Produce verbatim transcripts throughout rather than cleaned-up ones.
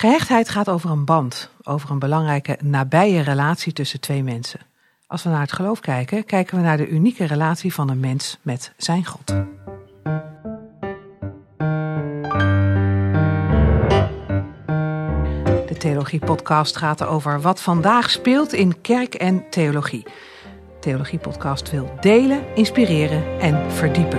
Gehechtheid gaat over een band, over een belangrijke nabije relatie tussen twee mensen. Als we naar het geloof kijken, kijken we naar de unieke relatie van een mens met zijn God. De Theologie-podcast gaat over wat vandaag speelt in kerk en theologie. De Theologie-podcast wil delen, inspireren en verdiepen.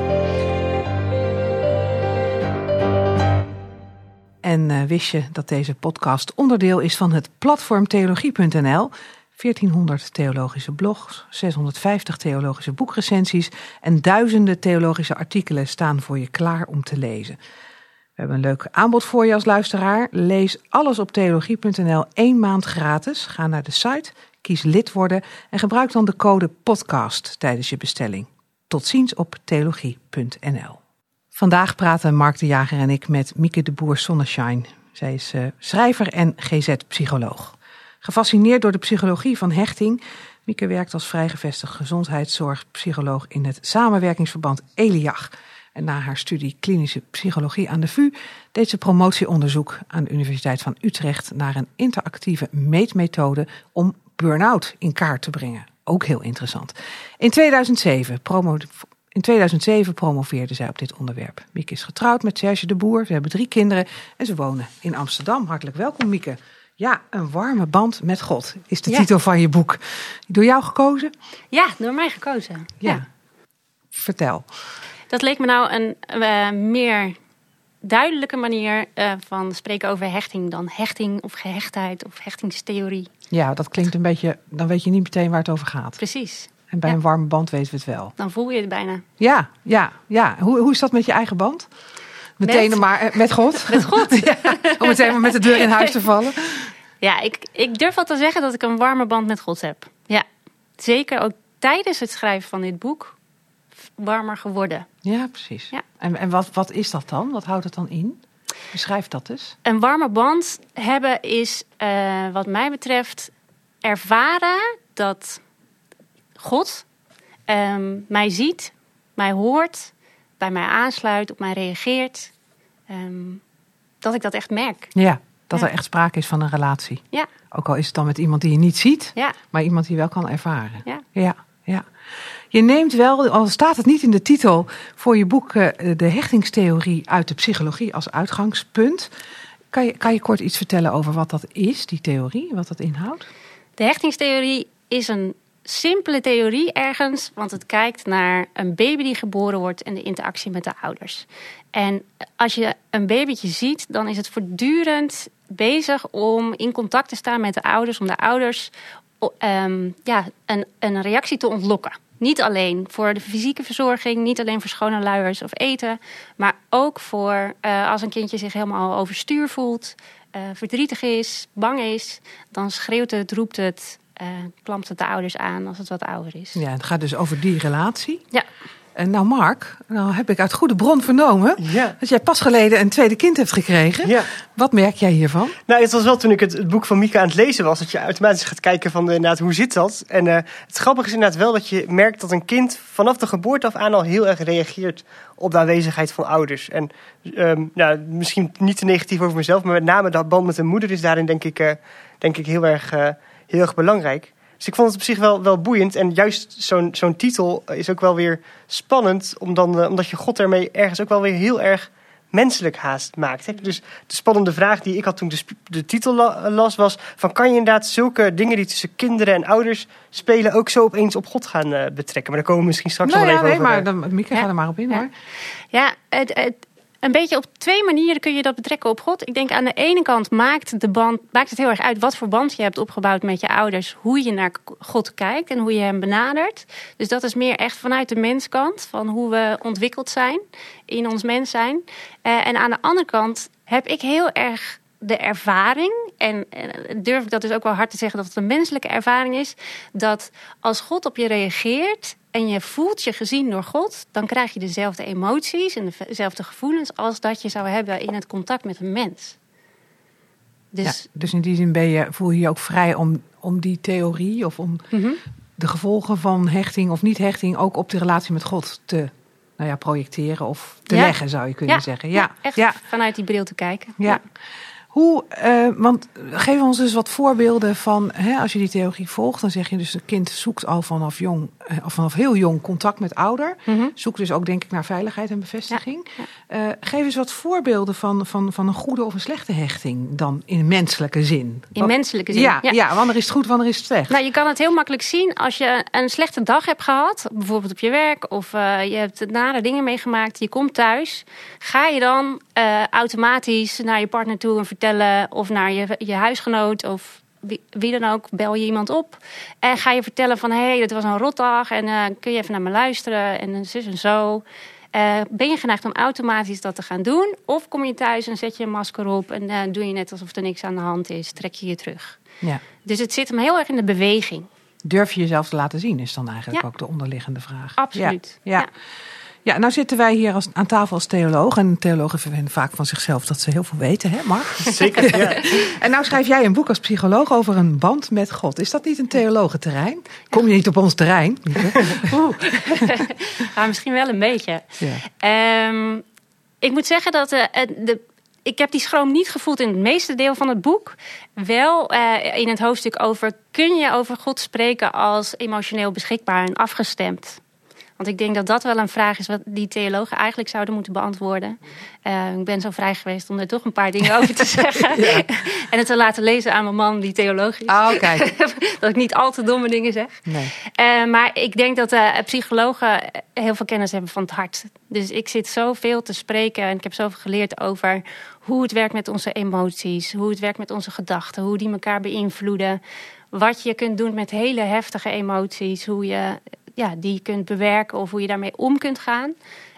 En uh, wist je dat deze podcast onderdeel is van het platform theologie punt n l? veertienhonderd theologische blogs, zeshonderdvijftig theologische boekrecensies en duizenden theologische artikelen staan voor je klaar om te lezen. We hebben een leuk aanbod voor je als luisteraar. Lees alles op theologie punt n l één maand gratis. Ga naar de site, kies lid worden en gebruik dan de code podcast tijdens je bestelling. Tot ziens op theologie punt n l. Vandaag praten Mark de Jager en ik met Mieke de Boer-Sonneschein. Zij is uh, schrijver en G Z-psycholoog. Gefascineerd door de psychologie van hechting. Mieke werkt als vrijgevestigd gezondheidszorgpsycholoog in het samenwerkingsverband ELIAG. En na haar studie klinische psychologie aan de V U deed ze promotieonderzoek aan de Universiteit van Utrecht naar een interactieve meetmethode om burn-out in kaart te brengen. Ook heel interessant. In tweeduizend zeven, promo, in tweeduizend zeven promoveerde zij op dit onderwerp. Mieke is getrouwd met Serge de Boer. Ze hebben drie kinderen en ze wonen in Amsterdam. Hartelijk welkom, Mieke. Ja, een warme band met God is de ja. titel van je boek. Door jou gekozen? Ja, door mij gekozen. Ja. ja. Vertel. Dat leek me nou een uh, meer duidelijke manier uh, van spreken over hechting dan hechting of gehechtheid of hechtingstheorie. Ja, dat klinkt een beetje, dan weet je niet meteen waar het over gaat. Precies. En bij ja. een warme band weten we het wel. Dan voel je het bijna. Ja, ja, ja. Hoe, hoe is dat met je eigen band? Meteen met, maar met God? Met God. Ja, om meteen maar met de deur in huis te vallen. Ja, ik, ik durf wel te zeggen dat ik een warme band met God heb. Ja, zeker ook tijdens het schrijven van dit boek warmer geworden. Ja, precies. Ja. En, en wat, wat is dat dan? Wat houdt het dan in? Beschrijf dat dus. Een warme band hebben is, uh, wat mij betreft, ervaren dat God um, mij ziet, mij hoort, bij mij aansluit, op mij reageert. Um, dat ik dat echt merk. Ja, dat ja. er echt sprake is van een relatie. Ja. Ook al is het dan met iemand die je niet ziet, ja. maar iemand die je wel kan ervaren. Ja. Ja, ja. Je neemt wel, al staat het niet in de titel, voor je boek uh, de hechtingstheorie uit de psychologie als uitgangspunt. Kan je, kan je kort iets vertellen over wat dat is, die theorie, wat dat inhoudt? De hechtingstheorie is een simpele theorie ergens, want het kijkt naar een baby die geboren wordt en de interactie met de ouders. En als je een babytje ziet, dan is het voortdurend bezig om in contact te staan met de ouders, om de ouders um, ja, een, een reactie te ontlokken. Niet alleen voor de fysieke verzorging, niet alleen voor schone luiers of eten, maar ook voor uh, als een kindje zich helemaal overstuur voelt, uh, verdrietig is, bang is, dan schreeuwt het, roept het, uh, klampt het de ouders aan als het wat ouder is. Ja, het gaat dus over die relatie. Ja. En nou Mark, nou heb ik uit goede bron vernomen ja. dat jij pas geleden een tweede kind hebt gekregen. Ja. Wat merk jij hiervan? Nou, het was wel toen ik het, het boek van Mieke aan het lezen was, dat je automatisch gaat kijken van inderdaad, hoe zit dat? En uh, het grappige is inderdaad wel dat je merkt dat een kind vanaf de geboorte af aan al heel erg reageert op de aanwezigheid van ouders. En um, nou, misschien niet te negatief over mezelf, maar met name de band met de moeder is daarin denk ik, uh, denk ik heel erg, uh, heel erg belangrijk. Dus ik vond het op zich wel, wel boeiend. En juist zo'n, zo'n titel is ook wel weer spannend. Om dan, uh, omdat je God ermee ergens ook wel weer heel erg menselijk haast maakt. Hè? Dus de spannende vraag die ik had toen de, sp- de titel la- las was, van kan je inderdaad zulke dingen die tussen kinderen en ouders spelen ook zo opeens op God gaan uh, betrekken? Maar daar komen we misschien straks nou nog ja, wel even nee, over. maar dan, Mieke, ja. ga er maar op in ja. hoor. Ja, het... het Een beetje op twee manieren kun je dat betrekken op God. Ik denk aan de ene kant maakt, de band, maakt het heel erg uit wat voor band je hebt opgebouwd met je ouders. Hoe je naar God kijkt en hoe je hem benadert. Dus dat is meer echt vanuit de menskant. Van hoe we ontwikkeld zijn in ons mens zijn. Uh, en aan de andere kant heb ik heel erg de ervaring. En, en durf ik dat dus ook wel hard te zeggen dat het een menselijke ervaring is. Dat als God op je reageert en je voelt je gezien door God, dan krijg je dezelfde emoties en dezelfde gevoelens als dat je zou hebben in het contact met een mens. Dus, ja, dus in die zin ben je, voel je je ook vrij om, om die theorie of om mm-hmm. de gevolgen van hechting of niet hechting ook op de relatie met God te nou ja, projecteren of te ja. leggen, zou je kunnen ja. zeggen. Ja, ja echt ja. vanuit die bril te kijken. Ja. Hoe, uh, want geef ons dus wat voorbeelden van, hè, als je die theorie volgt, dan zeg je dus een kind zoekt al vanaf jong, uh, vanaf heel jong contact met ouder. Mm-hmm. Zoekt dus ook denk ik naar veiligheid en bevestiging. Ja, ja. Uh, geef eens wat voorbeelden van, van, van een goede of een slechte hechting dan in menselijke zin. In wat, menselijke zin? Ja, ja. ja, wanneer is het goed, wanneer is het slecht? Nou, je kan het heel makkelijk zien als je een slechte dag hebt gehad, bijvoorbeeld op je werk, of uh, je hebt nare dingen meegemaakt, je komt thuis. Ga je dan uh, automatisch naar je partner toe en vertellen, of naar je, je huisgenoot of wie, wie dan ook, bel je iemand op. En ga je vertellen van, hé, hey, dit was een rotdag en uh, kun je even naar me luisteren en zus en zo. Uh, ben je geneigd om automatisch dat te gaan doen? Of kom je thuis en zet je een masker op en uh, doe je net alsof er niks aan de hand is, trek je je terug. Ja. Dus het zit hem heel erg in de beweging. Durf je jezelf te laten zien, is dan eigenlijk ja. ook de onderliggende vraag. Absoluut. Ja. Ja. Ja. Ja, nou zitten wij hier als, aan tafel als theoloog. En theologen vinden vaak van zichzelf dat ze heel veel weten, hè Mark? Zeker, ja. En nou schrijf jij een boek als psycholoog over een band met God. Is dat niet een theologenterrein? Kom je niet op ons terrein? Ja, misschien wel een beetje. Ja. Um, ik moet zeggen dat uh, de... Ik heb die schroom niet gevoeld in het meeste deel van het boek. Wel uh, in het hoofdstuk over, kun je over God spreken als emotioneel beschikbaar en afgestemd? Want ik denk dat dat wel een vraag is wat die theologen eigenlijk zouden moeten beantwoorden. Uh, ik ben zo vrij geweest om er toch een paar dingen over te zeggen. Ja. En het te laten lezen aan mijn man die theoloog is. Oh, kijk. Dat ik niet al te domme dingen zeg. Nee. Uh, maar ik denk dat uh, psychologen heel veel kennis hebben van het hart. Dus ik zit zoveel te spreken en ik heb zoveel geleerd over hoe het werkt met onze emoties, hoe het werkt met onze gedachten, hoe die elkaar beïnvloeden. Wat je kunt doen met hele heftige emoties, hoe je ja, die kunt bewerken of hoe je daarmee om kunt gaan.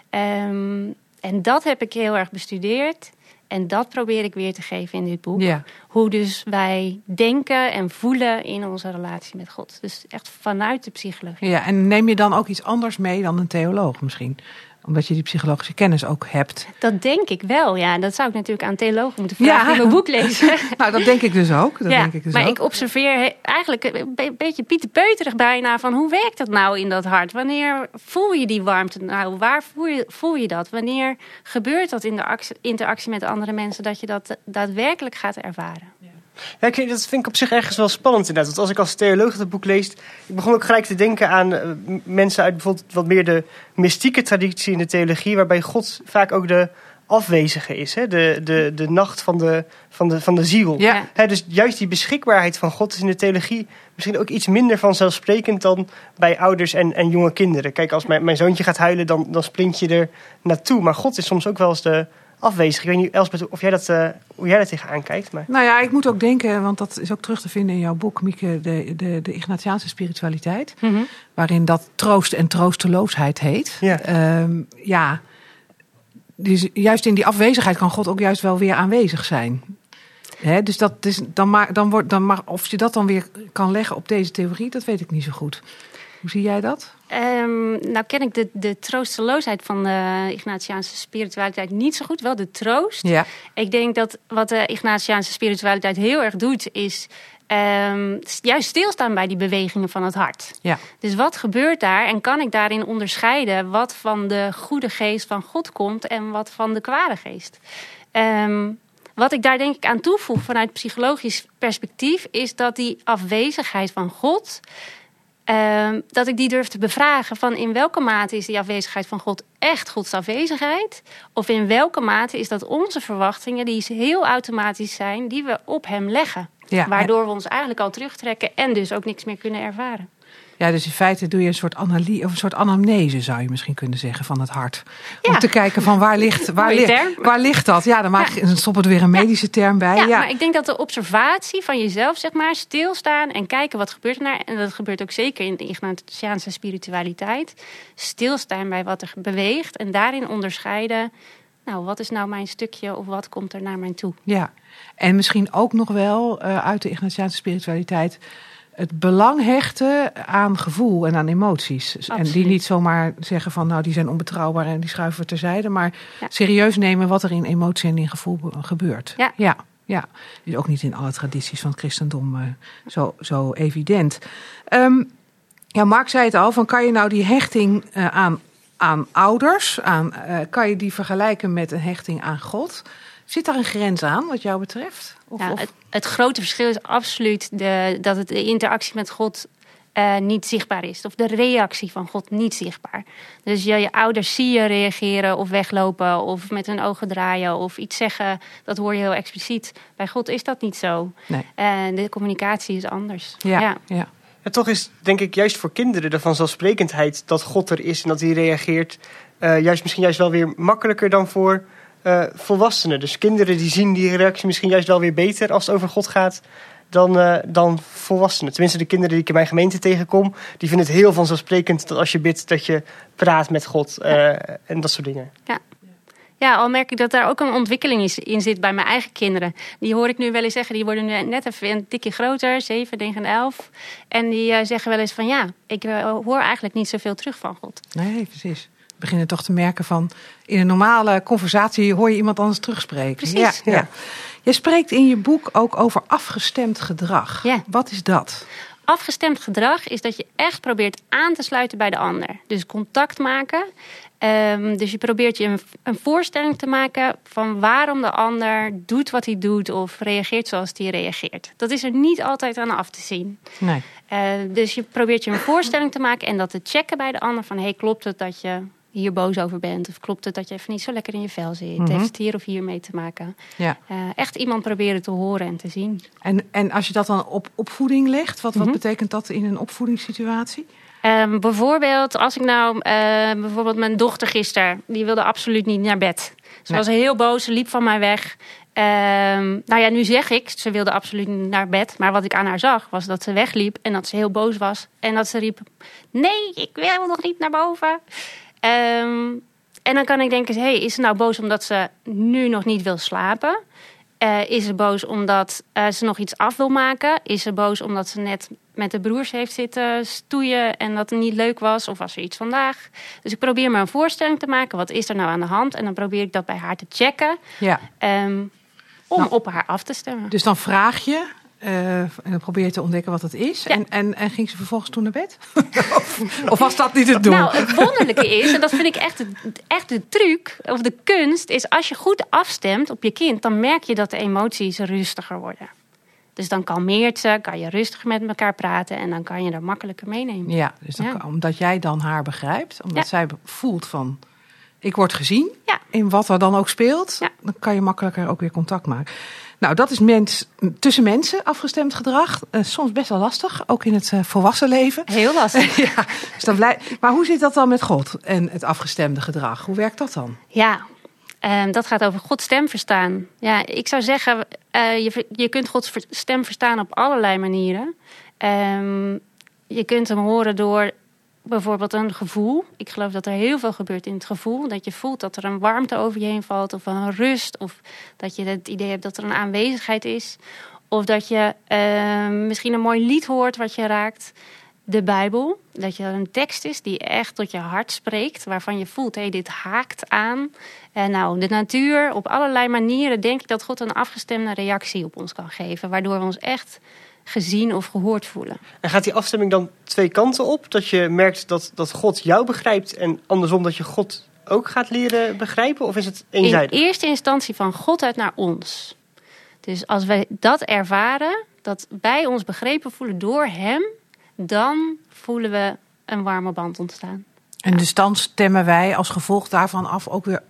Um, en dat heb ik heel erg bestudeerd. En dat probeer ik weer te geven in dit boek. Ja. Hoe dus wij denken en voelen in onze relatie met God. Dus echt vanuit de psychologie. Ja, en neem je dan ook iets anders mee dan een theoloog misschien? Omdat je die psychologische kennis ook hebt. Dat denk ik wel, ja. Dat zou ik natuurlijk aan theologen moeten vragen ja. in mijn boek lezen. Nou, dat denk ik dus ook. Dat ja, denk ik dus maar ook. ik observeer eigenlijk een be- beetje pieterpeuterig bijna van hoe werkt dat nou in dat hart? Wanneer voel je die warmte nou? Waar voel je, voel je dat? Wanneer gebeurt dat in de actie, interactie met andere mensen dat je dat daadwerkelijk gaat ervaren? Ja. Ja, ik, dat vind ik op zich ergens wel spannend inderdaad. Want als ik als theoloog het boek lees, ik begon ook gelijk te denken aan uh, mensen uit bijvoorbeeld wat meer de mystieke traditie in de theologie, waarbij God vaak ook de afwezige is. Hè? De, de, de nacht van de, van de, van de ziel. Ja. Hè, dus juist die beschikbaarheid van God is in de theologie misschien ook iets minder vanzelfsprekend dan bij ouders en, en jonge kinderen. Kijk, als mijn, mijn zoontje gaat huilen, dan, dan sprint je er naartoe. Maar God is soms ook wel eens de afwezig. Ik weet niet, Elsbeth, of jij dat, uh, hoe jij daar tegenaan kijkt. Maar... Nou ja, ik moet ook denken, want dat is ook terug te vinden in jouw boek, Mieke, de, de, de Ignatiaanse spiritualiteit. Mm-hmm. Waarin dat troost en troosteloosheid heet. Ja. Um, ja, dus juist in die afwezigheid kan God ook juist wel weer aanwezig zijn. Hè, dus dat is, dan maar, dan wordt, dan maar, of je dat dan weer kan leggen op deze theorie, dat weet ik niet zo goed. Hoe zie jij dat? Um, nou ken ik de, de troosteloosheid van de Ignatiaanse spiritualiteit niet zo goed. Wel de troost. Ja. Ik denk dat wat de Ignatiaanse spiritualiteit heel erg doet, is um, juist stilstaan bij die bewegingen van het hart. Ja. Dus wat gebeurt daar en kan ik daarin onderscheiden wat van de goede geest van God komt en wat van de kwade geest? Um, Wat ik daar denk ik aan toevoeg vanuit psychologisch perspectief, is dat die afwezigheid van God, Uh, dat ik die durf te bevragen van in welke mate is die afwezigheid van God echt Gods afwezigheid? Of in welke mate is dat onze verwachtingen die heel automatisch zijn, die we op hem leggen. Ja, waardoor we ons eigenlijk al terugtrekken en dus ook niks meer kunnen ervaren. Ja, dus in feite doe je een soort analyse of een soort anamnese, zou je misschien kunnen zeggen, van het hart. Om ja. te kijken van waar ligt, waar, ligt, waar ligt dat? Ja, dan, maak je, dan stoppen we er weer een medische ja. term bij. Ja, ja, maar ik denk dat de observatie van jezelf, zeg maar, stilstaan en kijken wat gebeurt er nou. En dat gebeurt ook zeker in de Ignatiaanse spiritualiteit. Stilstaan bij wat er beweegt en daarin onderscheiden, nou, wat is nou mijn stukje of wat komt er naar mij toe? Ja, en misschien ook nog wel uh, uit de Ignatiaanse spiritualiteit het belang hechten aan gevoel en aan emoties. Absoluut. En die niet zomaar zeggen van, nou, die zijn onbetrouwbaar en die schuiven we terzijde. Maar ja. serieus nemen wat er in emotie en in gevoel gebeurt. Ja. Ja, ja. Is ook niet in alle tradities van het christendom uh, zo, zo evident. Um, ja, Mark zei het al, van kan je nou die hechting uh, aan, aan ouders, aan, uh, kan je die vergelijken met een hechting aan God? Zit daar een grens aan wat jou betreft? Of, Nou, of? het, het grote verschil is absoluut de, dat het de interactie met God uh, niet zichtbaar is. Of de reactie van God niet zichtbaar. Dus je, je ouders zie je reageren of weglopen of met hun ogen draaien of iets zeggen. Dat hoor je heel expliciet. Bij God is dat niet zo. Nee. Uh, de communicatie is anders. Ja, ja. ja. En toch is, denk ik, juist voor kinderen de vanzelfsprekendheid dat God er is en dat hij reageert, uh, juist misschien juist wel weer makkelijker dan voor uh, volwassenen. Dus kinderen die zien die reactie misschien juist wel weer beter als het over God gaat dan, uh, dan volwassenen. Tenminste, de kinderen die ik in mijn gemeente tegenkom, die vinden het heel vanzelfsprekend dat als je bidt, dat je praat met God uh, ja. en dat soort dingen. Ja. Ja, al merk ik dat daar ook een ontwikkeling in zit bij mijn eigen kinderen. Die hoor ik nu wel eens zeggen, die worden nu net even een tikje groter, zeven, negen en elf. En die uh, zeggen wel eens van ja, ik uh, hoor eigenlijk niet zoveel terug van God. Nee, precies. We beginnen toch te merken van, in een normale conversatie hoor je iemand anders terugspreken. Precies. Ja, ja. Je spreekt in je boek ook over afgestemd gedrag. Ja. Wat is dat? Afgestemd gedrag is dat je echt probeert aan te sluiten bij de ander. Dus contact maken. Um, dus je probeert je een, een voorstelling te maken van waarom de ander doet wat hij doet of reageert zoals hij reageert. Dat is er niet altijd aan af te zien. Nee. Uh, dus je probeert je een voorstelling te maken en dat te checken bij de ander van hey, klopt het dat je hier boos over bent? Of klopt het dat je even niet zo lekker in je vel zit? Mm-hmm. Heeft het hier of hier mee te maken? Ja. Uh, echt iemand proberen te horen en te zien. En, en als je dat dan op opvoeding legt, wat, Mm-hmm. wat betekent dat in een opvoedingssituatie? Um, bijvoorbeeld, als ik nou, uh, bijvoorbeeld mijn dochter gisteren, die wilde absoluut niet naar bed. Ze Nee. was heel boos, ze liep van mij weg. Um, nou ja, nu zeg ik, ze wilde absoluut niet naar bed. Maar wat ik aan haar zag, was dat ze wegliep en dat ze heel boos was. En dat ze riep, nee, ik wil nog niet naar boven. Um, en dan kan ik denken, hey, is ze nou boos omdat ze nu nog niet wil slapen? Uh, is ze boos omdat uh, ze nog iets af wil maken? Is ze boos omdat ze net met de broers heeft zitten stoeien en dat het niet leuk was? Of was er iets vandaag? Dus ik probeer me een voorstelling te maken. Wat is er nou aan de hand? En dan probeer ik dat bij haar te checken. Ja. Um, om Nou, op haar af te stemmen. Dus dan vraag je uh, en dan probeer je te ontdekken wat het is. Ja. En, en, en ging ze vervolgens toen naar bed? of, of was dat niet het doel? Nou, het wonderlijke is, en dat vind ik echt, de, echt de truc, of de kunst, is als je goed afstemt op je kind, dan merk je dat de emoties rustiger worden. Dus dan kalmeert ze, kan je rustig met elkaar praten en dan kan je er makkelijker meenemen. Ja, dus dan, Ja. omdat jij dan haar begrijpt, omdat Ja. zij voelt van, ik word gezien Ja. in wat er dan ook speelt, Ja. dan kan je makkelijker ook weer contact maken. Nou, dat is mens, tussen mensen afgestemd gedrag. Uh, soms best wel lastig, ook in het uh, volwassen leven. Heel lastig. ja, dus dan blij... Maar hoe zit dat dan met God en het afgestemde gedrag? Hoe werkt dat dan? Ja, um, dat gaat over Gods stem verstaan. Ja, ik zou zeggen, uh, je, je kunt Gods stem verstaan op allerlei manieren. Um, je kunt hem horen door bijvoorbeeld een gevoel. Ik geloof dat er heel veel gebeurt in het gevoel. Dat je voelt dat er een warmte over je heen valt of een rust. Of dat je het idee hebt dat er een aanwezigheid is. Of dat je uh, misschien een mooi lied hoort wat je raakt. De Bijbel, dat je een tekst is die echt tot je hart spreekt. Waarvan je voelt, hé, hey, dit haakt aan. En nou, de natuur, op allerlei manieren denk ik dat God een afgestemde reactie op ons kan geven. Waardoor we ons echt gezien of gehoord voelen. En gaat die afstemming dan twee kanten op? Dat je merkt dat, dat God jou begrijpt en andersom dat je God ook gaat leren begrijpen? Of is het eenzijdig? In eerste instantie van God uit naar ons. Dus als wij dat ervaren, dat wij ons begrepen voelen door hem, dan voelen we een warme band ontstaan. En dus dan stemmen wij als gevolg daarvan af ook weer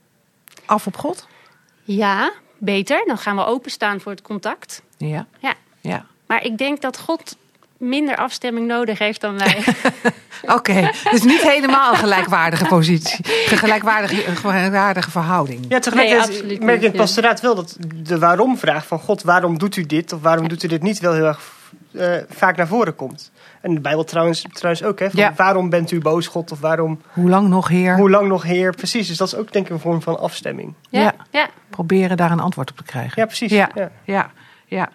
af op God? Ja, beter. Dan gaan we openstaan voor het contact. Ja. Ja. Ja. Maar ik denk dat God minder afstemming nodig heeft dan wij. Oké, okay. Dus niet helemaal een gelijkwaardige positie. Een gelijkwaardige, gelijkwaardige verhouding. Ja, tegelijkertijd Nee, absoluut merk je in het niet, pastoraat wel dat de waarom-vraag van God, waarom doet u dit of waarom doet u dit niet, wel heel erg uh, vaak naar voren komt. En de Bijbel trouwens, trouwens ook, hè? Van Ja. Waarom bent u boos, God? Of waarom, Hoe lang nog, Heer? hoe lang nog, Heer? Precies, dus dat is ook denk ik een vorm van afstemming. Ja, Ja. ja. Proberen daar een antwoord op te krijgen. Ja, precies. Ja, Ja. ja, ja.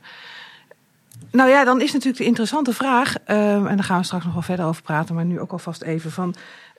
Nou ja, dan is natuurlijk de interessante vraag, uh, en daar gaan we straks nog wel verder over praten, maar nu ook alvast even van,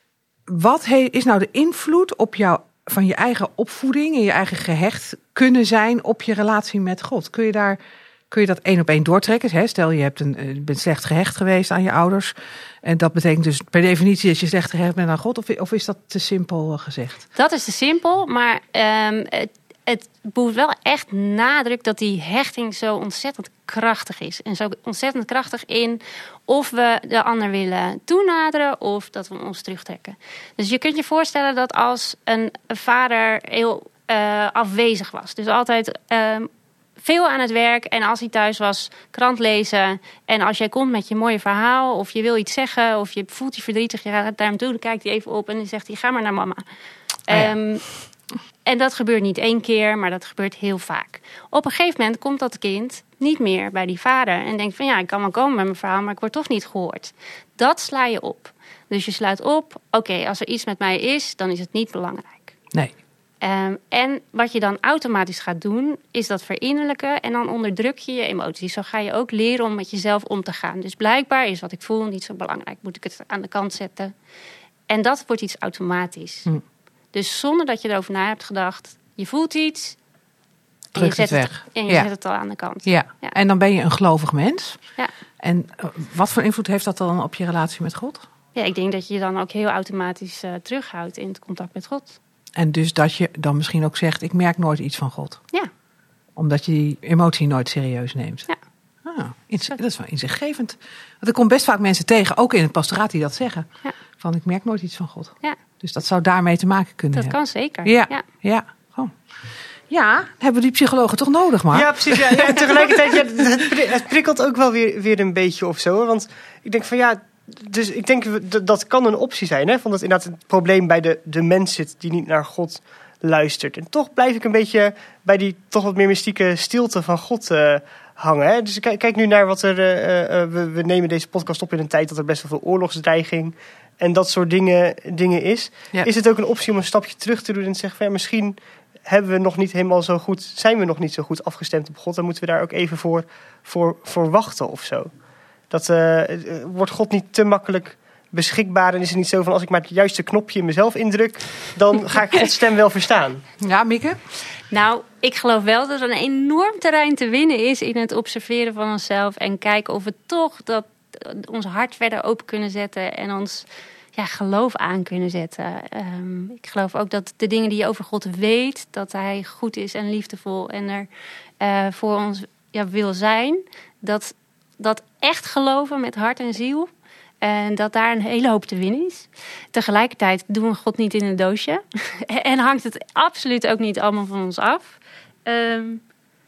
wat he, is nou de invloed op jou, van je eigen opvoeding en je eigen gehecht kunnen zijn op je relatie met God? Kun je daar, kun je dat één op één doortrekken? Hè? Stel, je hebt een, je bent slecht gehecht geweest aan je ouders. En dat betekent dus per definitie dat je slecht gehecht bent aan God. Of, of is dat te simpel gezegd? Dat is te simpel, maar um, het behoeft wel echt nadruk dat die hechting zo ontzettend krachtig is. En zo ontzettend krachtig in of we de ander willen toenaderen of dat we ons terugtrekken. Dus je kunt je voorstellen dat als een vader heel uh, afwezig was. Dus altijd uh, veel aan het werk en als hij thuis was, krant lezen. En als jij komt met je mooie verhaal of je wil iets zeggen of je voelt je verdrietig, je gaat naar hem toe, dan kijkt hij even op en dan zegt hij, ga maar naar mama. Oh ja. um, En dat gebeurt niet één keer, maar dat gebeurt heel vaak. Op een gegeven moment komt dat kind niet meer bij die vader. En denkt van ja, ik kan wel komen met mijn verhaal, maar ik word toch niet gehoord. Dat sla je op. Dus je sluit op, oké, okay, als er iets met mij is, dan is het niet belangrijk. Nee. Um, en wat je dan automatisch gaat doen, is dat verinnerlijken. En dan onderdruk je je emoties. Zo ga je ook leren om met jezelf om te gaan. Dus blijkbaar is wat ik voel niet zo belangrijk. Moet ik het aan de kant zetten. En dat wordt iets automatisch. Hm. Dus zonder dat je erover na hebt gedacht, je voelt iets en je, zet het, weg. Het, en je ja. zet het al aan de kant. Ja. Ja. En dan ben je een gelovig mens. Ja. En wat voor invloed heeft dat dan op je relatie met God? Ja, ik denk dat je je dan ook heel automatisch uh, terughoudt in het contact met God. En dus dat je dan misschien ook zegt, ik merk nooit iets van God. Ja. Omdat je die emotie nooit serieus neemt. Ja. Ah, dat is wel inzichtgevend. Want er komt best vaak mensen tegen, ook in het pastoraat, die dat zeggen. Ja. Van, ik merk nooit iets van God. Ja. Dus dat zou daarmee te maken kunnen dat hebben. Dat kan zeker. Ja, ja. ja. Oh. Ja, hebben we die psychologen toch nodig, Mark? Ja, precies. Ja. Ja, en tegelijkertijd, ja, het, het prikkelt ook wel weer, weer een beetje of zo. Hoor. Want ik denk van ja, dus ik denk dat, dat kan een optie zijn. Hè? Van dat inderdaad het probleem bij de, de mens zit die niet naar God luistert. En toch blijf ik een beetje bij die toch wat meer mystieke stilte van God uh, hangen. Hè? Dus kijk, kijk nu naar wat er... Uh, uh, we, we nemen deze podcast op in een tijd dat er best wel veel oorlogsdreiging en dat soort dingen, dingen is. Ja. Is het ook een optie om een stapje terug te doen en te zeggen van ja, misschien hebben we nog niet helemaal zo goed, zijn we nog niet zo goed afgestemd op God, dan moeten we daar ook even voor, voor, voor wachten of zo. Dat uh, wordt God niet te makkelijk beschikbaar en is het niet zo van als ik maar het juiste knopje in mezelf indruk, dan ga ik Gods stem wel verstaan. Ja, Mieke? Nou, ik geloof wel dat er een enorm terrein te winnen is in het observeren van onszelf en kijken of we toch dat ons hart verder open kunnen zetten en ons ja, geloof aan kunnen zetten. Um, ik geloof ook dat de dingen die je over God weet, dat hij goed is en liefdevol en er uh, voor ons ja, wil zijn, dat, dat echt geloven met hart en ziel, en dat daar een hele hoop te winnen is. Tegelijkertijd doen we God niet in een doosje. En hangt het absoluut ook niet allemaal van ons af. Um,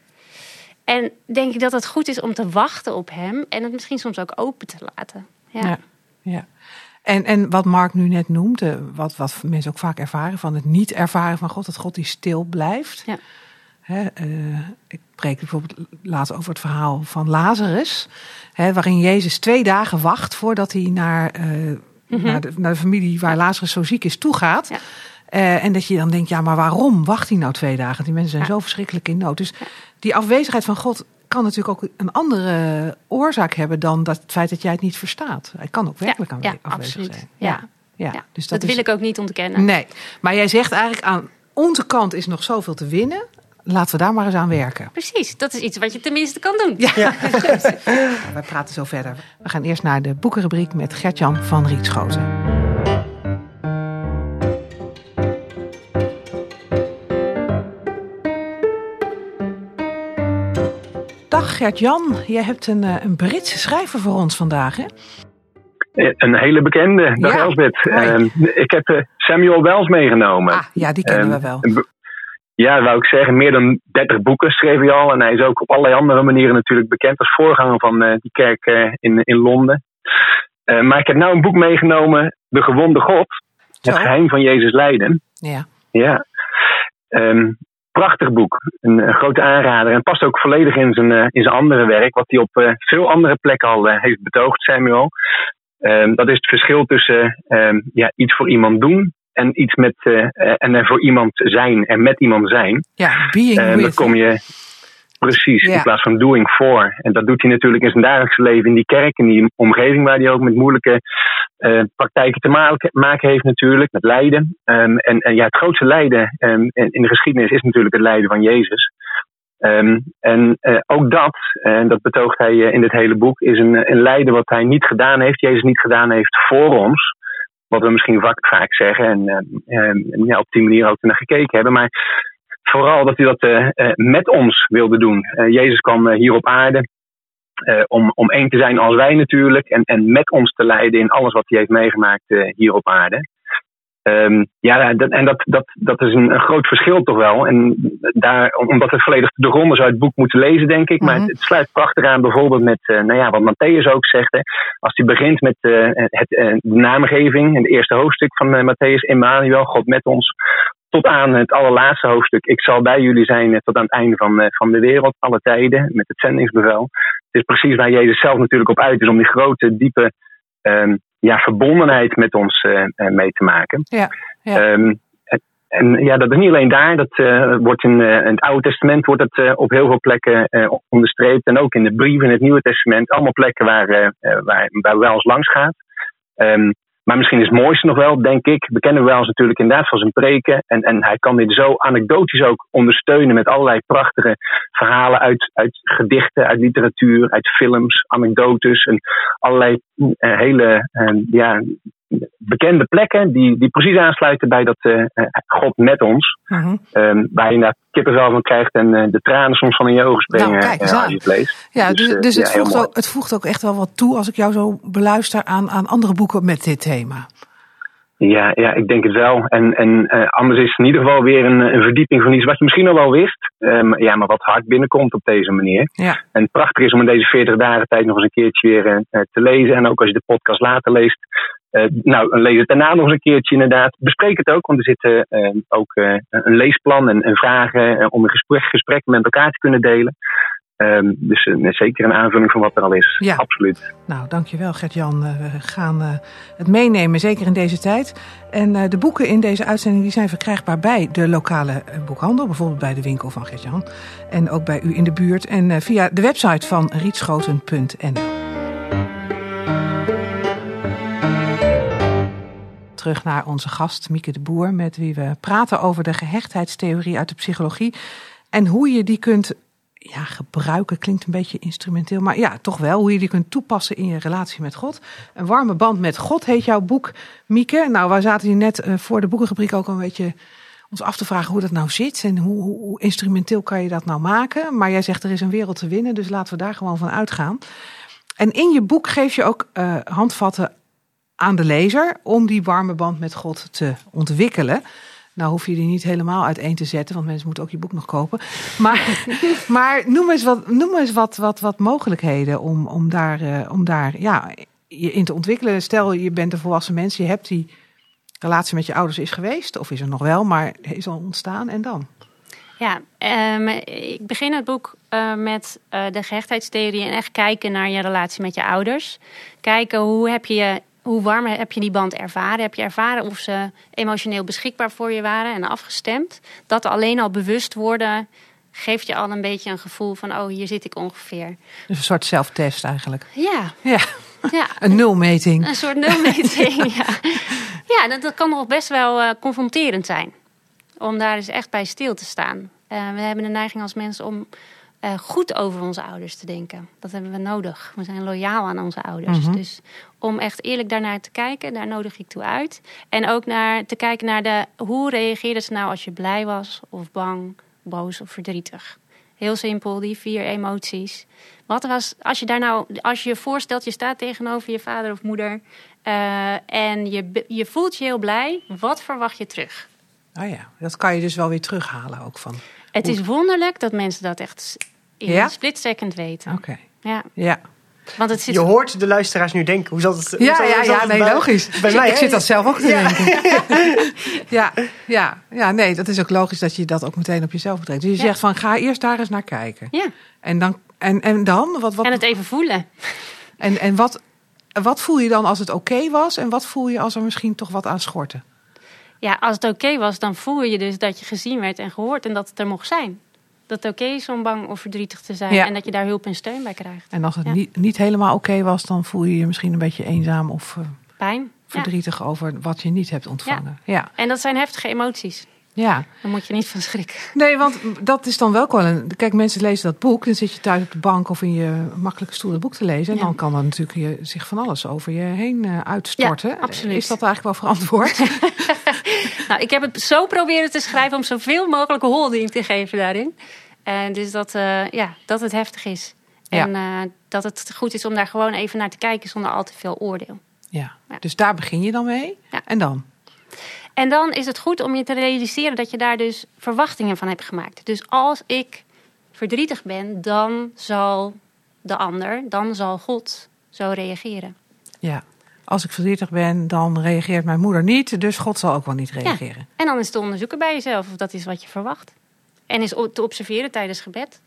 en denk ik dat het goed is om te wachten op hem. En het misschien soms ook open te laten. Ja, ja, ja. En, en wat Mark nu net noemt, wat, wat mensen ook vaak ervaren, van het niet ervaren van God, dat God die stil blijft. Ja. He, uh, ik preek bijvoorbeeld laatst over het verhaal van Lazarus, he, waarin Jezus twee dagen wacht voordat hij naar, uh, mm-hmm. naar, de, naar de familie waar Lazarus zo ziek is toegaat. Ja. Uh, en dat je dan denkt, ja, maar waarom wacht hij nou twee dagen? Die mensen zijn ja. zo verschrikkelijk in nood. Dus ja. die afwezigheid van God kan natuurlijk ook een andere oorzaak hebben dan dat het feit dat jij het niet verstaat. Hij kan ook werkelijk ja, aanwezig ja, absoluut. zijn. Ja, ja. ja. Dus dat, dat is, wil ik ook niet ontkennen. Nee, maar jij zegt eigenlijk aan onze kant is nog zoveel te winnen. Laten we daar maar eens aan werken. Precies, dat is iets wat je tenminste kan doen. Ja. Ja. Wij praten zo verder. We gaan eerst naar de boekenrubriek met Gert-Jan van Rietschoten. Dag Gert-Jan, jij hebt een, een Britse schrijver voor ons vandaag, hè? Een hele bekende, dag ja. Elsbeth. Uh, ik heb uh, Samuel Wells meegenomen. Ah, ja, die kennen uh, we wel. Ja, wou ik zeggen, meer dan dertig boeken schreef hij al. En hij is ook op allerlei andere manieren natuurlijk bekend als voorganger van uh, die kerk uh, in, in Londen. Uh, maar ik heb nou een boek meegenomen, De Gewonde God. Het Zo. Geheim van Jezus lijden. Ja. Ja. Um, prachtig boek. Een, een grote aanrader. En past ook volledig in zijn, uh, in zijn andere werk. Wat hij op uh, veel andere plekken al uh, heeft betoogd, Samuel. Um, dat is het verschil tussen um, ja, iets voor iemand doen. En iets met uh, en er voor iemand zijn en met iemand zijn. Ja, being uh, with. Dan kom je precies ja. in plaats van doing for. En dat doet hij natuurlijk in zijn dagelijks leven in die kerk, in die omgeving waar hij ook met moeilijke uh, praktijken te maken, maken heeft natuurlijk, met lijden. Um, en, en ja, het grootste lijden um, in de geschiedenis is natuurlijk het lijden van Jezus. Um, en uh, ook dat, en uh, dat betoogt hij uh, in dit hele boek, is een, een lijden wat hij niet gedaan heeft, Jezus niet gedaan heeft voor ons. Wat we misschien vaak, vaak zeggen en uh, uh, ja, op die manier ook naar gekeken hebben. Maar vooral dat hij dat uh, uh, met ons wilde doen. Uh, Jezus kwam uh, hier op aarde uh, om, om één te zijn als wij natuurlijk. En, en met ons te leiden in alles wat hij heeft meegemaakt uh, hier op aarde. Um, ja, dat, en dat, dat, dat is een, een groot verschil toch wel. En daar, omdat het volledig te doorgronden zou het boek moeten lezen, denk ik. Maar mm-hmm. het, het sluit prachtig aan bijvoorbeeld met uh, nou ja, wat Matthäus ook zegt. Hè. Als hij begint met uh, het, uh, de naamgeving in het eerste hoofdstuk van uh, Matthäus, Emmanuel, God met ons. Tot aan het allerlaatste hoofdstuk. Ik zal bij jullie zijn uh, tot aan het einde van, uh, van de wereld, alle tijden, met het zendingsbevel. Het is precies waar Jezus zelf natuurlijk op uit is om die grote, diepe um, ja, verbondenheid met ons uh, uh, mee te maken. Ja, ja. Um, en, en ja, dat is niet alleen daar. Dat uh, wordt in, uh, in het Oude Testament wordt het uh, op heel veel plekken uh, onderstreept. En ook in de brieven in het Nieuwe Testament. Allemaal plekken waar, uh, waar, waar wel eens langs gaat. Um, Maar misschien is het mooiste nog wel, denk ik. We kennen Wells natuurlijk inderdaad van zijn preken. En, en hij kan dit zo anekdotisch ook ondersteunen met allerlei prachtige verhalen uit, uit gedichten, uit literatuur, uit films, anekdotes. En allerlei uh, hele uh, ja, bekende plekken die, die precies aansluiten bij dat uh, God met ons. Mm-hmm. Um, waar je inderdaad kippenvel van krijgt en uh, de tranen soms van in je ogen springen nou, kijk, uh, als je het leest. Ja, dus, dus, dus uh, het, ja, voegt ook, het voegt ook echt wel wat toe als ik jou zo beluister aan, aan andere boeken met dit thema. Ja, ja, ik denk het wel. En, en uh, anders is het in ieder geval weer een, een verdieping van iets wat je misschien al wel wist. Um, ja, maar wat hard binnenkomt op deze manier. Ja. En het prachtig is om in deze veertig dagen tijd nog eens een keertje weer uh, te lezen. En ook als je de podcast later leest. Uh, nou, lees het daarna nog eens een keertje inderdaad. Bespreek het ook, want er zit uh, uh, ook uh, een leesplan en, en vragen uh, om een gesprek, gesprekken met elkaar te kunnen delen. Um, dus uh, zeker een aanvulling van wat er al is. Ja. Absoluut. Nou, dankjewel Gert-Jan. Uh, we gaan uh, het meenemen, zeker in deze tijd. En uh, de boeken in deze uitzending die zijn verkrijgbaar bij de lokale uh, boekhandel. Bijvoorbeeld bij de winkel van Gert-Jan. En ook bij u in de buurt. En uh, via de website van rietschoten punt n l. Terug naar onze gast Mieke de Boer, met wie we praten over de gehechtheidstheorie uit de psychologie. En hoe je die kunt ja, gebruiken, klinkt een beetje instrumenteel, maar ja, toch wel, hoe je die kunt toepassen in je relatie met God. Een warme band met God heet jouw boek, Mieke. Nou, wij zaten hier net uh, voor de boekenrubriek ook een beetje ons af te vragen hoe dat nou zit en hoe, hoe, hoe instrumenteel kan je dat nou maken. Maar jij zegt er is een wereld te winnen, dus laten we daar gewoon van uitgaan. En in je boek geef je ook uh, handvatten aan de lezer om die warme band met God te ontwikkelen. Nou hoef je die niet helemaal uiteen te zetten, want mensen moeten ook je boek nog kopen. Maar, maar noem eens wat, noem eens wat, wat, wat mogelijkheden om, om daar, uh, om daar ja, je in te ontwikkelen. Stel, je bent een volwassen mens, je hebt die relatie met je ouders is geweest, of is er nog wel, maar is al ontstaan en dan? Ja, um, ik begin het boek uh, met uh, de gehechtheidstheorie en echt kijken naar je relatie met je ouders. Kijken hoe heb je Hoe warm heb je die band ervaren? Heb je ervaren of ze emotioneel beschikbaar voor je waren en afgestemd? Dat alleen al bewust worden geeft je al een beetje een gevoel van, oh, hier zit ik ongeveer. Dus een soort zelftest eigenlijk. Ja. Ja. Ja. Een nulmeting. Een soort nulmeting, ja. Ja, dat, dat kan nog best wel uh, confronterend zijn. Om daar dus echt bij stil te staan. Uh, we hebben de neiging als mensen om Uh, goed over onze ouders te denken. Dat hebben we nodig. We zijn loyaal aan onze ouders. Mm-hmm. Dus om echt eerlijk daarnaar te kijken, daar nodig ik toe uit. En ook naar te kijken naar de hoe reageerde ze nou als je blij was of bang, boos of verdrietig. Heel simpel, die vier emoties. Wat was, als je daar nou, als je je voorstelt, je staat tegenover je vader of moeder uh, en je, je voelt je heel blij, wat verwacht je terug? Oh ja, dat kan je dus wel weer terughalen ook van. Het is wonderlijk dat mensen dat echt in ja? een split second weten. Oké. Okay. Ja. ja. Want het zit... Je hoort de luisteraars nu denken. Hoe zal het? Hoe ja, zal, ja, hoe zal ja, het nee, bij, logisch. Bij mij, ik zit dat zelf ook te ja. denken. ja, ja, ja, nee, dat is ook logisch dat je dat ook meteen op jezelf betrekt. Dus je ja. zegt van, ga eerst daar eens naar kijken. Ja. En dan, en, en dan wat, wat? En het even voelen. En, en wat, wat voel je dan als het oké okay was? En wat voel je als er misschien toch wat aan schortte? Ja, als het oké okay was, dan voel je dus dat je gezien werd en gehoord en dat het er mocht zijn. Dat het oké okay is om bang of verdrietig te zijn ja. en dat je daar hulp en steun bij krijgt. En als het ja. niet, niet helemaal oké okay was, dan voel je je misschien een beetje eenzaam of uh, pijn, verdrietig ja. over wat je niet hebt ontvangen. Ja. ja. En dat zijn heftige emoties. Ja. Daar moet je niet van schrikken. Nee, want dat is dan wel wel een... Kijk, mensen lezen dat boek. Dan zit je thuis op de bank of in je makkelijke stoel het boek te lezen. En ja. dan kan er natuurlijk je, zich van alles over je heen uh, uitstorten. Ja, absoluut. Is dat eigenlijk wel verantwoord? Nou, ik heb het zo proberen te schrijven om zoveel mogelijk holding te geven daarin. En dus dat, uh, ja, dat het heftig is. Ja. En uh, dat het goed is om daar gewoon even naar te kijken zonder al te veel oordeel. Ja. Ja. Dus daar begin je dan mee. Ja. En dan? En dan is het goed om je te realiseren dat je daar dus verwachtingen van hebt gemaakt. Dus als ik verdrietig ben, dan zal de ander, dan zal God zo reageren. Ja. Als ik verdrietig ben, dan reageert mijn moeder niet. Dus God zal ook wel niet reageren. Ja. En dan is te onderzoeken bij jezelf of dat is wat je verwacht. En is te observeren tijdens gebed.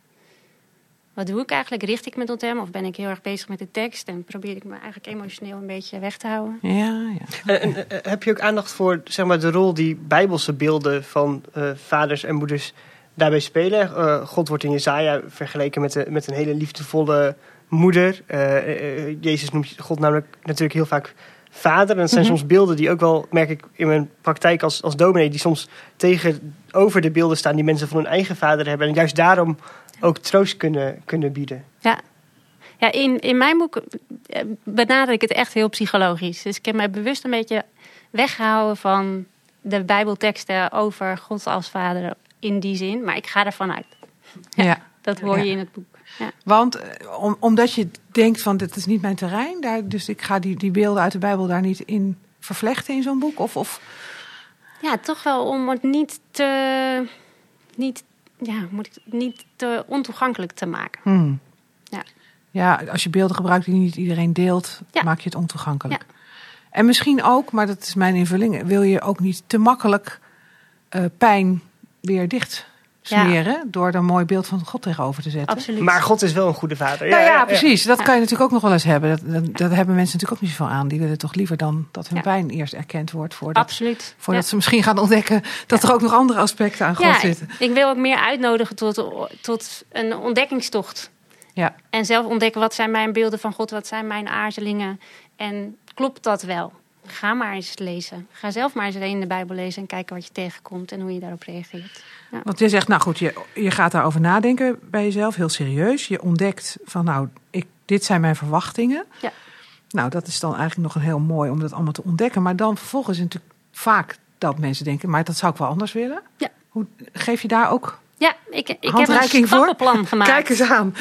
Wat doe ik eigenlijk? Richt ik me tot hem? Of ben ik heel erg bezig met de tekst? En probeer ik me eigenlijk emotioneel een beetje weg te houden? Ja, ja. En, en, heb je ook aandacht voor zeg maar, de rol die bijbelse beelden van uh, vaders en moeders daarbij spelen? Uh, God wordt in Jesaja vergeleken met, de, met een hele liefdevolle moeder. Uh, uh, Jezus noemt God namelijk natuurlijk heel vaak vader. En dat zijn mm-hmm. soms beelden die ook wel, merk ik in mijn praktijk als, als dominee, die soms tegenover de beelden staan die mensen van hun eigen vader hebben. En juist daarom ook troost kunnen, kunnen bieden. Ja, ja in, in mijn boek benader ik het echt heel psychologisch. Dus ik heb mij bewust een beetje weggehouden van de bijbelteksten over God als vader in die zin. Maar ik ga ervan uit. Ja, ja. Dat hoor je ja. in het boek. Ja. Want om, omdat je denkt van dit is niet mijn terrein, daar, dus ik ga die, die beelden uit de Bijbel daar niet in vervlechten in zo'n boek? Of, of... Ja, toch wel om het niet te, niet, ja, moet ik, niet te ontoegankelijk te maken. Hmm. Ja. Ja, als je beelden gebruikt die niet iedereen deelt, ja. maak je het ontoegankelijk. Ja. En misschien ook, maar dat is mijn invulling, wil je ook niet te makkelijk uh, pijn weer dicht smeren, ja. door er een mooi beeld van God tegenover te zetten. Absoluut. Maar God is wel een goede vader. Nou ja, ja, ja precies. Dat ja. kan je natuurlijk ook nog wel eens hebben. Dat, dat, dat hebben mensen natuurlijk ook niet zoveel aan. Die willen toch liever dan dat hun ja. pijn eerst erkend wordt. Voordat, Absoluut. Voordat ja. ze misschien gaan ontdekken dat ja. er ook nog andere aspecten aan God ja, zitten. Ik, ik wil ook meer uitnodigen tot, tot een ontdekkingstocht. Ja. En zelf ontdekken, wat zijn mijn beelden van God? Wat zijn mijn aarzelingen? En klopt dat wel? Ga maar eens lezen. Ga zelf maar eens in de Bijbel lezen en kijken wat je tegenkomt en hoe je daarop reageert. Ja. Want je zegt, nou goed, je, je gaat daarover nadenken bij jezelf, heel serieus. Je ontdekt van, nou, ik, dit zijn mijn verwachtingen. Ja. Nou, dat is dan eigenlijk nog een heel mooi om dat allemaal te ontdekken. Maar dan vervolgens is het natuurlijk vaak dat mensen denken, maar dat zou ik wel anders willen. Ja. Hoe, geef je daar ook Ja, ik, ik heb handreiking een stappenplan voor? gemaakt. Kijk eens aan.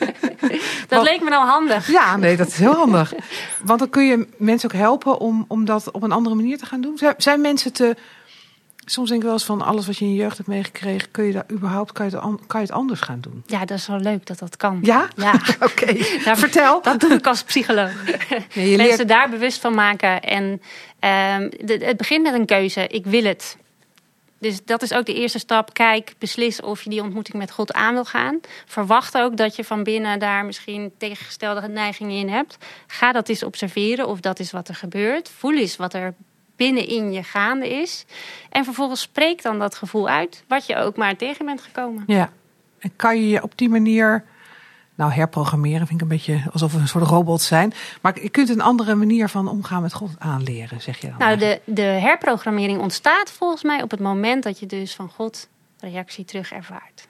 dat Want, leek me nou handig. Ja, nee, dat is heel handig. Want dan kun je mensen ook helpen om, om dat op een andere manier te gaan doen. Zijn, zijn mensen te... Soms denk ik wel eens van alles wat je in je jeugd hebt meegekregen, kun je daar überhaupt kan je, het, kan je het anders gaan doen? Ja, dat is wel leuk dat dat kan. Ja? Ja. Oké, okay. nou, vertel. Dat doe ik als psycholoog. Nee, je Mensen leert... daar bewust van maken. En um, de, het begint met een keuze. Ik wil het. Dus dat is ook de eerste stap. Kijk, beslis of je die ontmoeting met God aan wil gaan. Verwacht ook dat je van binnen daar misschien tegengestelde neigingen in hebt. Ga dat eens observeren of dat is wat er gebeurt. Voel eens wat er binnenin je gaande is. En vervolgens spreek dan dat gevoel uit, wat je ook maar tegen bent gekomen. Ja, en kan je je op die manier, nou herprogrammeren vind ik een beetje alsof we een soort robots zijn. Maar je kunt een andere manier van omgaan met God aanleren, zeg je dan? Nou, de, de herprogrammering ontstaat volgens mij op het moment dat je dus van God reactie terug ervaart.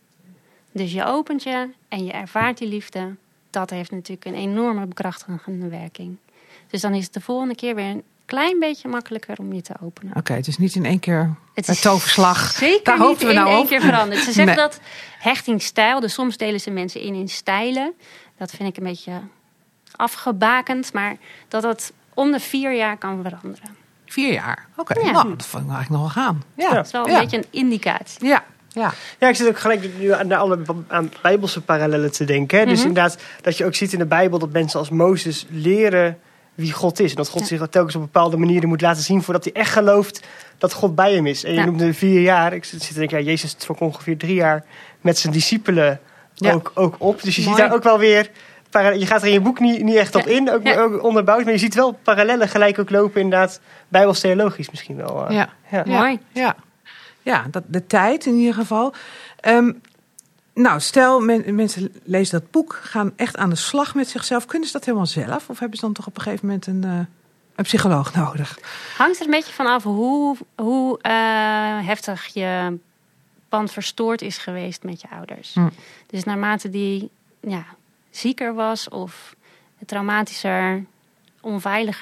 Dus je opent je en je ervaart die liefde. Dat heeft natuurlijk een enorme bekrachtigende werking. Dus dan is het de volgende keer weer een klein beetje makkelijker om je te openen. Oké, okay, het is niet in één keer het een toverslag. Zeker Daar niet we in nou één op. keer veranderd. Ze zeggen nee. dat hechtingsstijl, dus soms delen ze mensen in in stijlen. Dat vind ik een beetje afgebakend, maar dat dat om de vier jaar kan veranderen. Vier jaar? Oké, okay. Ja. Nou, dat vond ik eigenlijk nog wel gaan. Ja. Ja, dat is wel een ja. beetje een indicatie. Ja. Ja. ja, ik zit ook gelijk nu aan, alle, aan bijbelse parallellen te denken. Hè? Mm-hmm. Dus inderdaad, dat je ook ziet in de Bijbel dat mensen als Mozes leren wie God is. En dat God ja. zich telkens op bepaalde manieren moet laten zien voordat hij echt gelooft dat God bij hem is. En je ja. noemde vier jaar. Ik zit te denken, ja, Jezus trok ongeveer drie jaar met zijn discipelen ja. ook, ook op. Dus je Mooi. ziet daar ook wel weer... Je gaat er in je boek niet, niet echt op ja. in, ook, ja. ook onderbouwd. Maar je ziet wel parallellen gelijk ook lopen inderdaad. Bijbels-theologisch misschien wel. Uh, ja. Ja. Ja. Mooi. Ja, ja dat, de tijd in ieder geval. Um, nou, stel men, mensen lezen dat boek, gaan echt aan de slag met zichzelf. Kunnen ze dat helemaal zelf? Of hebben ze dan toch op een gegeven moment een, uh, een psycholoog nodig? Hangt er een beetje vanaf hoe, hoe uh, heftig je band verstoord is geweest met je ouders. Hm. Dus naarmate die ja, zieker was of traumatischer, onveiliger,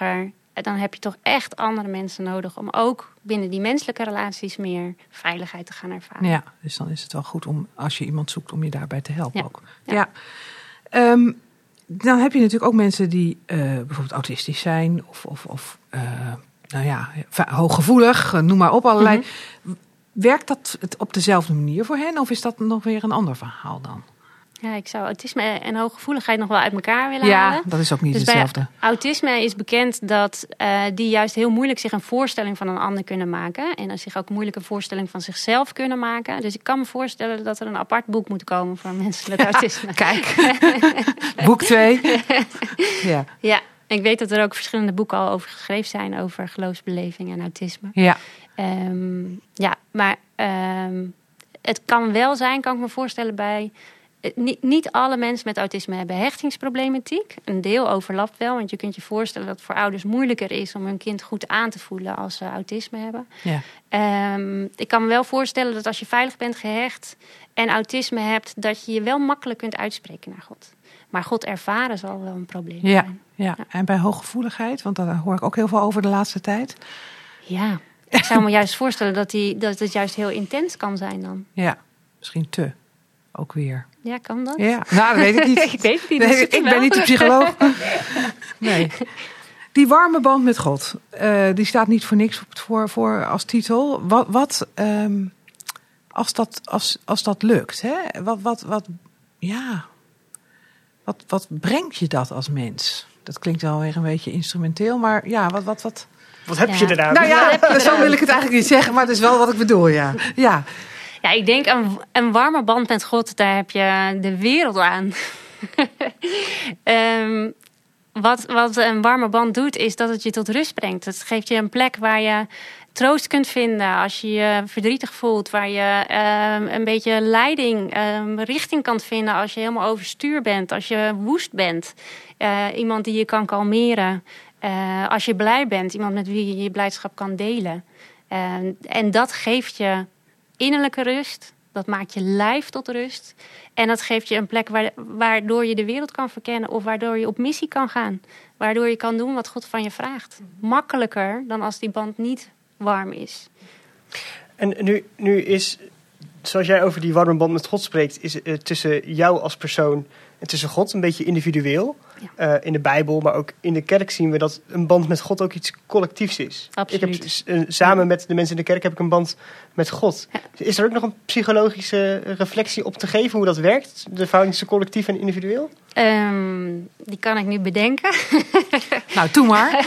dan heb je toch echt andere mensen nodig om ook binnen die menselijke relaties meer veiligheid te gaan ervaren. Ja, dus dan is het wel goed om, als je iemand zoekt, om je daarbij te helpen Ja. ook. Ja. Ja. Um, dan heb je natuurlijk ook mensen die uh, bijvoorbeeld autistisch zijn of, of, of uh, nou ja, hooggevoelig, noem maar op, allerlei. Mm-hmm. Werkt dat op dezelfde manier voor hen of is dat nog weer een ander verhaal dan? Ja, ik zou autisme en hooggevoeligheid nog wel uit elkaar willen ja, halen. Ja, dat is ook niet dus hetzelfde. Bij autisme is bekend dat uh, die juist heel moeilijk zich een voorstelling van een ander kunnen maken. En zich ook moeilijk een voorstelling van zichzelf kunnen maken. Dus ik kan me voorstellen dat er een apart boek moet komen voor mensen met autisme. Kijk, boek twee. ja. ja, ik weet dat er ook verschillende boeken al over geschreven zijn over geloofsbeleving en autisme. Ja, um, ja maar um, het kan wel zijn, kan ik me voorstellen bij... Niet, niet alle mensen met autisme hebben hechtingsproblematiek. Een deel overlapt wel, want je kunt je voorstellen dat het voor ouders moeilijker is om hun kind goed aan te voelen als ze autisme hebben. Ja. Um, ik kan me wel voorstellen dat als je veilig bent gehecht en autisme hebt, dat je je wel makkelijk kunt uitspreken naar God. Maar God ervaren zal wel een probleem ja, zijn. Ja, en bij hooggevoeligheid, want daar hoor ik ook heel veel over de laatste tijd. Ja, ik zou me juist voorstellen dat, die, dat het juist heel intens kan zijn dan. Ja, misschien te. Ook weer. Ja, kan dat? Ja, nou, dat weet ik niet. ik weet het niet. Nee, ik ben niet de psycholoog. Nee. Die warme band met God, uh, die staat niet voor niks op het voor, voor als titel. Wat, wat um, als, dat, als, als dat lukt, hè? Wat, wat, wat, ja, wat, wat brengt je dat als mens? Dat klinkt wel weer een beetje instrumenteel, maar ja, wat, wat, wat. Wat heb ja. je eraan? Nou ja, ja zo wil ik het eigenlijk niet zeggen, maar het is wel wat ik bedoel, ja. Ja. Ja, ik denk een, een warme band met God, daar heb je de wereld aan. um, wat, wat een warme band doet, is dat het je tot rust brengt. Het geeft je een plek waar je troost kunt vinden als je je verdrietig voelt. Waar je um, een beetje leiding, um, richting kan vinden als je helemaal overstuur bent. Als je woest bent. Uh, iemand die je kan kalmeren. Uh, als je blij bent, iemand met wie je je blijdschap kan delen. Uh, en dat geeft je innerlijke rust, dat maakt je lijf tot rust. En dat geeft je een plek waar, waardoor je de wereld kan verkennen of waardoor je op missie kan gaan. Waardoor je kan doen wat God van je vraagt. Makkelijker dan als die band niet warm is. En nu, nu is, zoals jij over die warme band met God spreekt, is uh, tussen jou als persoon en tussen God een beetje individueel. Ja. Uh, in de Bijbel, maar ook in de kerk zien we dat een band met God ook iets collectiefs is. Absoluut. Ik heb, uh, samen met de mensen in de kerk heb ik een band met God. Ja. Is er ook nog een psychologische reflectie op te geven hoe dat werkt? De verhouding tussen collectief en individueel? Um, die kan ik nu bedenken. Nou, doe maar.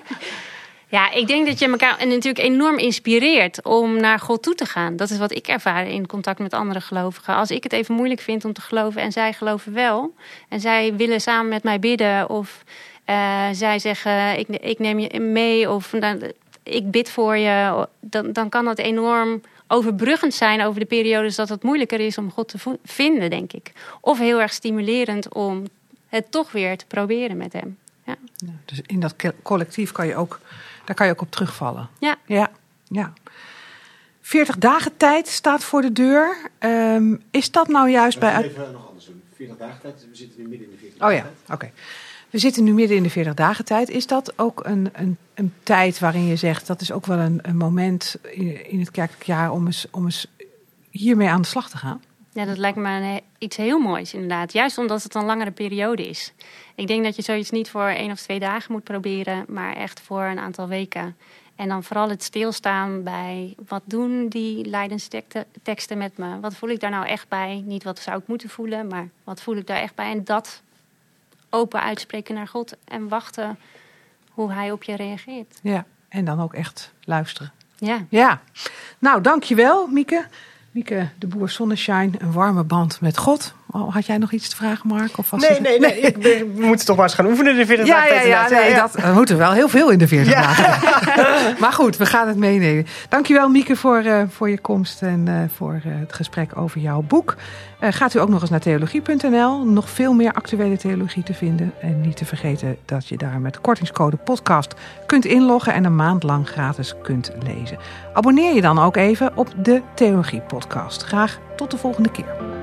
Ja, ik denk dat je elkaar natuurlijk enorm inspireert om naar God toe te gaan. Dat is wat ik ervaar in contact met andere gelovigen. Als ik het even moeilijk vind om te geloven en zij geloven wel. En zij willen samen met mij bidden. Of uh, zij zeggen, ik, ik neem je mee. Of nou, ik bid voor je. Dan, dan kan dat enorm overbruggend zijn over de periodes dat het moeilijker is om God te vo- vinden, denk ik. Of heel erg stimulerend om het toch weer te proberen met hem. Ja. Ja, dus in dat collectief kan je ook, daar kan je ook op terugvallen. Ja. Ja, ja. veertig dagen tijd staat voor de deur. Um, is dat nou juist we bij... We even nog anders doen. veertig dagen tijd, we zitten nu midden in de veertig dagen tijd. Oh ja, oké. Okay. We zitten nu midden in de veertig dagen tijd. Is dat ook een, een, een tijd waarin je zegt, dat is ook wel een, een moment in, in het kerkelijk jaar om eens, om eens hiermee aan de slag te gaan? Ja, dat lijkt me een, iets heel moois inderdaad. Juist omdat het een langere periode is. Ik denk dat je zoiets niet voor één of twee dagen moet proberen, maar echt voor een aantal weken. En dan vooral het stilstaan bij, wat doen die lijdensteksten met me? Wat voel ik daar nou echt bij? Niet wat zou ik moeten voelen, maar wat voel ik daar echt bij? En dat open uitspreken naar God en wachten hoe hij op je reageert. Ja, en dan ook echt luisteren. Ja. Ja. Nou, dankjewel, Mieke. Mieke de Boer Sonnenshine, een warme band met God. Had jij nog iets te vragen, Mark? Of was nee, het... nee, nee. Ik, we moeten toch maar eens gaan oefenen in de veertig ja, dagen. Ja, ja, ja, nee, ja. Dat, we moeten wel heel veel in de veertig ja. dagen. Maar goed, we gaan het meenemen. Dankjewel, Mieke, voor, uh, voor je komst en uh, voor uh, het gesprek over jouw boek. Uh, gaat u ook nog eens naar theologie punt n l. Nog veel meer actuele theologie te vinden. En niet te vergeten dat je daar met kortingscode podcast kunt inloggen en een maand lang gratis kunt lezen. Abonneer je dan ook even op de Theologie Podcast. Graag tot de volgende keer.